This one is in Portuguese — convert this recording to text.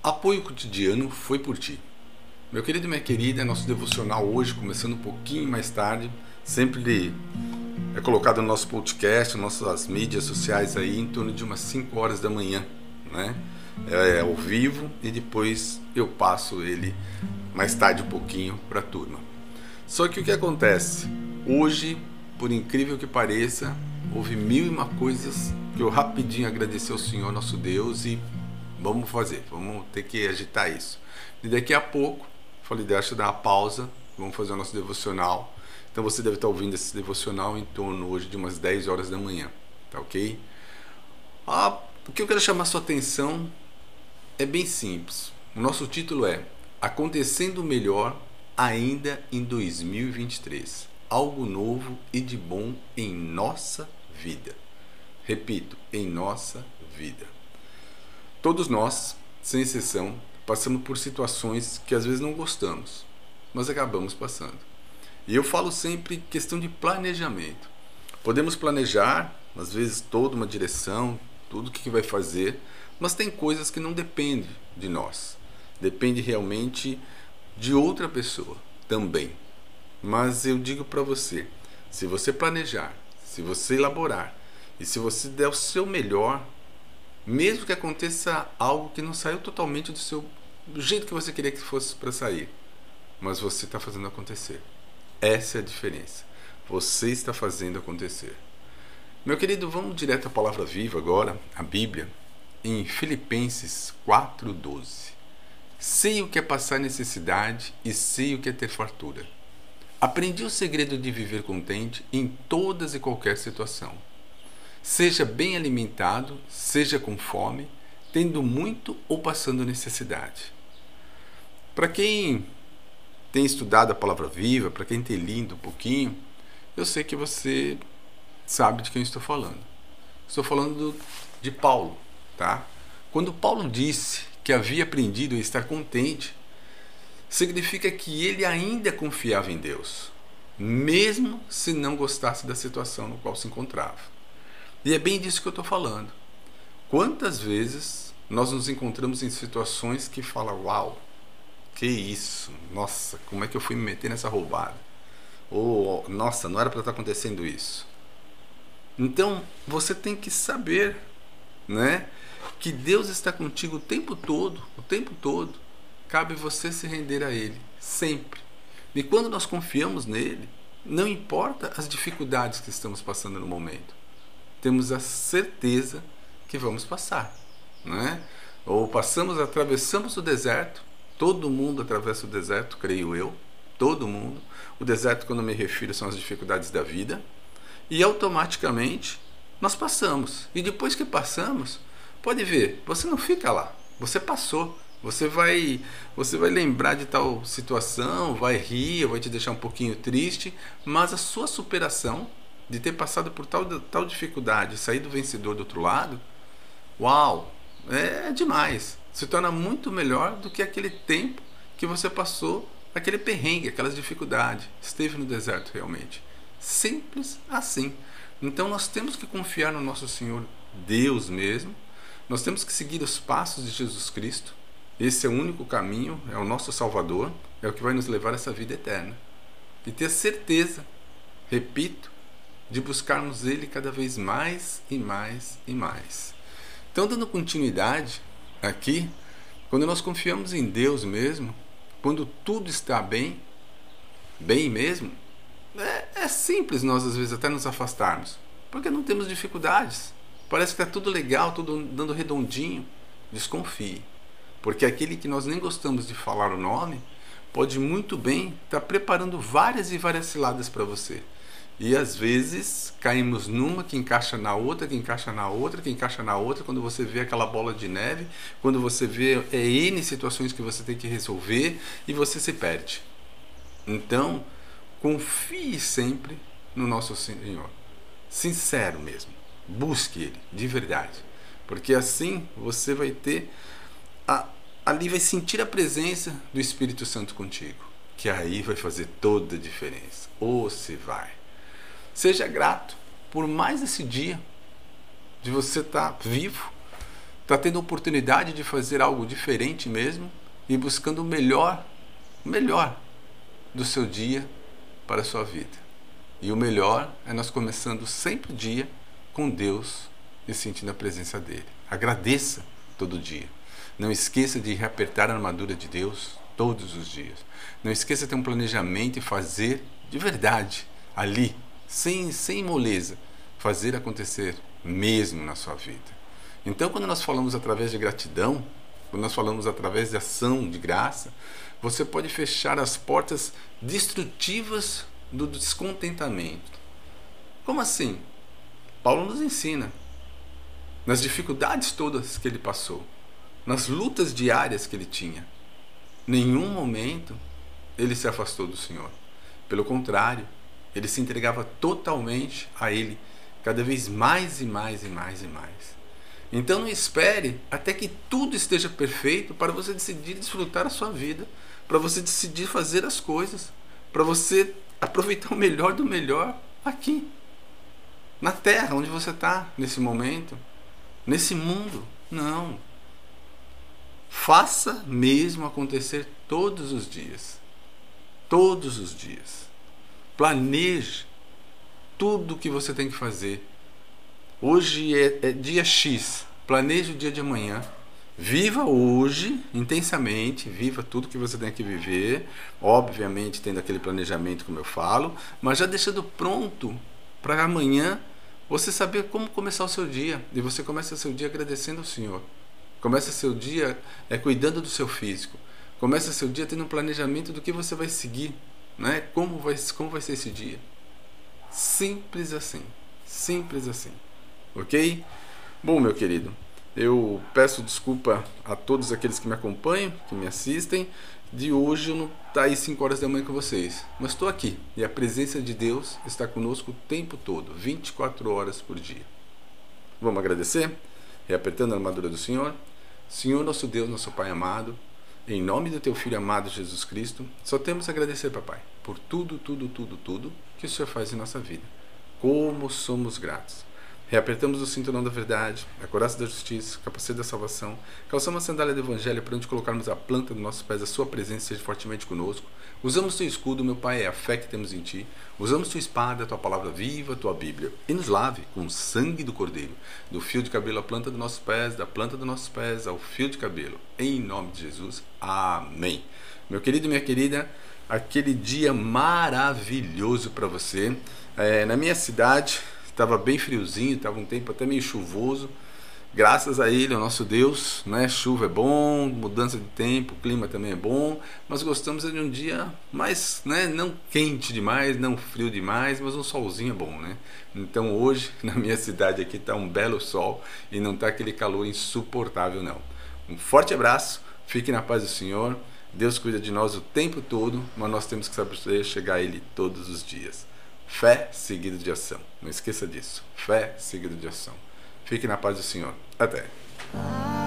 Apoio cotidiano foi por ti. Meu querido e minha querida, nosso devocional hoje, começando um pouquinho mais tarde, sempre é colocado no nosso podcast, nas nossas mídias sociais aí, em torno de umas 5 horas da manhã, né? É ao vivo e depois eu passo ele mais tarde um pouquinho para a turma. Só que o que acontece? Hoje, por incrível que pareça, houve 1001 coisas que eu rapidinho agradeci ao Senhor nosso Deus e vamos ter que agitar isso. E daqui a pouco, falei, deixa eu dar uma pausa, vamos fazer o nosso devocional. Então você deve estar ouvindo esse devocional em torno hoje de umas 10 horas da manhã, tá ok? O que eu quero chamar a sua atenção é bem simples. O nosso título é Acontecendo Melhor ainda em 2023. Algo novo e de bom em nossa vida. Repito, em nossa vida. Todos nós, sem exceção, passamos por situações que às vezes não gostamos, mas acabamos passando. E eu falo sempre questão de planejamento. Podemos planejar, às vezes, toda uma direção, tudo o que vai fazer, mas tem coisas que não dependem de nós. Depende realmente de outra pessoa também. Mas eu digo para você, se você planejar, se você elaborar e se você der o seu melhor, mesmo que aconteça algo que não saiu totalmente do jeito que você queria que fosse para sair, mas você está fazendo acontecer. Essa é a diferença. Você está fazendo acontecer. Meu querido, vamos direto à palavra viva agora, a Bíblia, em Filipenses 4:12. Sei o que é passar necessidade e sei o que é ter fartura. Aprendi o segredo de viver contente em todas e qualquer situação. Seja bem alimentado, seja com fome, tendo muito ou passando necessidade. Para quem tem estudado a palavra viva, para quem tem lido um pouquinho, eu sei que você sabe de quem eu estou falando. Estou falando de Paulo, tá? Quando Paulo disse que havia aprendido a estar contente, significa que ele ainda confiava em Deus, mesmo se não gostasse da situação no qual se encontrava. E é bem disso que eu estou falando. Quantas vezes nós nos encontramos em situações que falam, uau, que isso, nossa, como é que eu fui me meter nessa roubada? Ou, nossa, não era para estar acontecendo isso. Então, você tem que saber, né, que Deus está contigo o tempo todo, cabe você se render a Ele, sempre. E quando nós confiamos nele, não importa as dificuldades que estamos passando no momento, temos a certeza que vamos passar, né? Ou atravessamos o deserto, todo mundo atravessa o deserto, creio eu, todo mundo. O deserto, quando eu me refiro, são as dificuldades da vida, e automaticamente nós passamos. E depois que passamos, pode ver, você não fica lá, você passou. Você vai lembrar de tal situação, vai rir, vai te deixar um pouquinho triste, mas a sua superação de ter passado por tal dificuldade, sair do vencedor do outro lado, uau, é demais. Se torna muito melhor do que aquele tempo que você passou, aquele perrengue, aquelas dificuldades. Esteve no deserto realmente. Simples assim. Então nós temos que confiar no nosso Senhor Deus mesmo. Nós temos que seguir os passos de Jesus Cristo. Esse é o único caminho, é o nosso Salvador, é o que vai nos levar a essa vida eterna. E ter certeza, repito, de buscarmos Ele cada vez mais e mais e mais. Então, dando continuidade aqui, quando nós confiamos em Deus mesmo, quando tudo está bem mesmo, é simples nós às vezes até nos afastarmos, porque não temos dificuldades. Parece que está tudo legal, tudo dando redondinho. Desconfie. Porque aquele que nós nem gostamos de falar o nome, pode muito bem estar preparando várias e várias ciladas para você. E às vezes caímos numa que encaixa na outra, que encaixa na outra, que encaixa na outra, quando você vê aquela bola de neve, quando você vê N situações que você tem que resolver e você se perde. Então, confie sempre no nosso Senhor. Sincero mesmo. Busque Ele, de verdade. Porque assim você vai ter... ali vai sentir a presença do Espírito Santo contigo, que aí vai fazer toda a diferença. Ou se vai. Seja grato por mais esse dia de você estar vivo, está tendo a oportunidade de fazer algo diferente mesmo e buscando o melhor do seu dia para a sua vida. E o melhor é nós começando sempre o dia com Deus e sentindo a presença dele. Agradeça todo dia. Não esqueça de reapertar a armadura de Deus todos os dias. Não esqueça de ter um planejamento e fazer de verdade, ali, sem moleza, fazer acontecer mesmo na sua vida. Então, quando nós falamos através de gratidão, quando nós falamos através de ação de graça, você pode fechar as portas destrutivas do descontentamento. Como assim? Paulo nos ensina, nas dificuldades todas que ele passou, nas lutas diárias que ele tinha, nenhum momento ele se afastou do Senhor. Pelo contrário, ele se entregava totalmente a Ele, cada vez mais e mais e mais e mais. Então não espere até que tudo esteja perfeito para você decidir desfrutar a sua vida, para você decidir fazer as coisas, para você aproveitar o melhor do melhor aqui, na terra onde você está nesse momento, nesse mundo. Não. Faça mesmo acontecer todos os dias. Todos os dias. Planeje tudo o que você tem que fazer. Hoje é dia X. Planeje o dia de amanhã. Viva hoje intensamente. Viva tudo que você tem que viver. Obviamente tendo aquele planejamento como eu falo. Mas já deixando pronto para amanhã você saber como começar o seu dia. E você começa o seu dia agradecendo ao Senhor. Começa o seu dia cuidando do seu físico. Começa o seu dia tendo um planejamento do que você vai seguir, né? Como vai ser esse dia. Simples assim. Simples assim. Ok? Bom, meu querido, eu peço desculpa a todos aqueles que me acompanham, que me assistem. De hoje eu não estou aí 5 horas da manhã com vocês, mas estou aqui. E a presença de Deus está conosco o tempo todo, 24 horas por dia. Vamos agradecer? Reapertando a armadura do Senhor. Senhor, nosso Deus, nosso Pai amado, em nome do Teu Filho amado Jesus Cristo, só temos a agradecer, Papai, por tudo que o Senhor faz em nossa vida. Como somos gratos. Reapertamos o cinturão da verdade, a couraça da justiça, o capacete da salvação, calçamos a sandália do evangelho para onde colocarmos a planta dos nossos pés, a sua presença seja fortemente conosco. Usamos teu escudo, meu Pai, é a fé que temos em ti. Usamos tua espada, tua palavra viva, tua Bíblia. E nos lave com o sangue do Cordeiro, do fio de cabelo à planta dos nossos pés, da planta dos nossos pés ao fio de cabelo. Em nome de Jesus. Amém. Meu querido e minha querida, aquele dia maravilhoso para você. Na minha cidade, estava bem friozinho, estava um tempo até meio chuvoso. Graças a Ele, ao nosso Deus, né? Chuva é bom, mudança de tempo, clima também é bom, mas gostamos de um dia mais, né? Não quente demais, não frio demais, mas um solzinho é bom, né? Então hoje, na minha cidade aqui, está um belo sol e não está aquele calor insuportável, não. Um forte abraço, fique na paz do Senhor, Deus cuida de nós o tempo todo, mas nós temos que saber chegar a Ele todos os dias. Fé seguida de ação, não esqueça disso, fé seguida de ação. Fique na paz do Senhor. Até.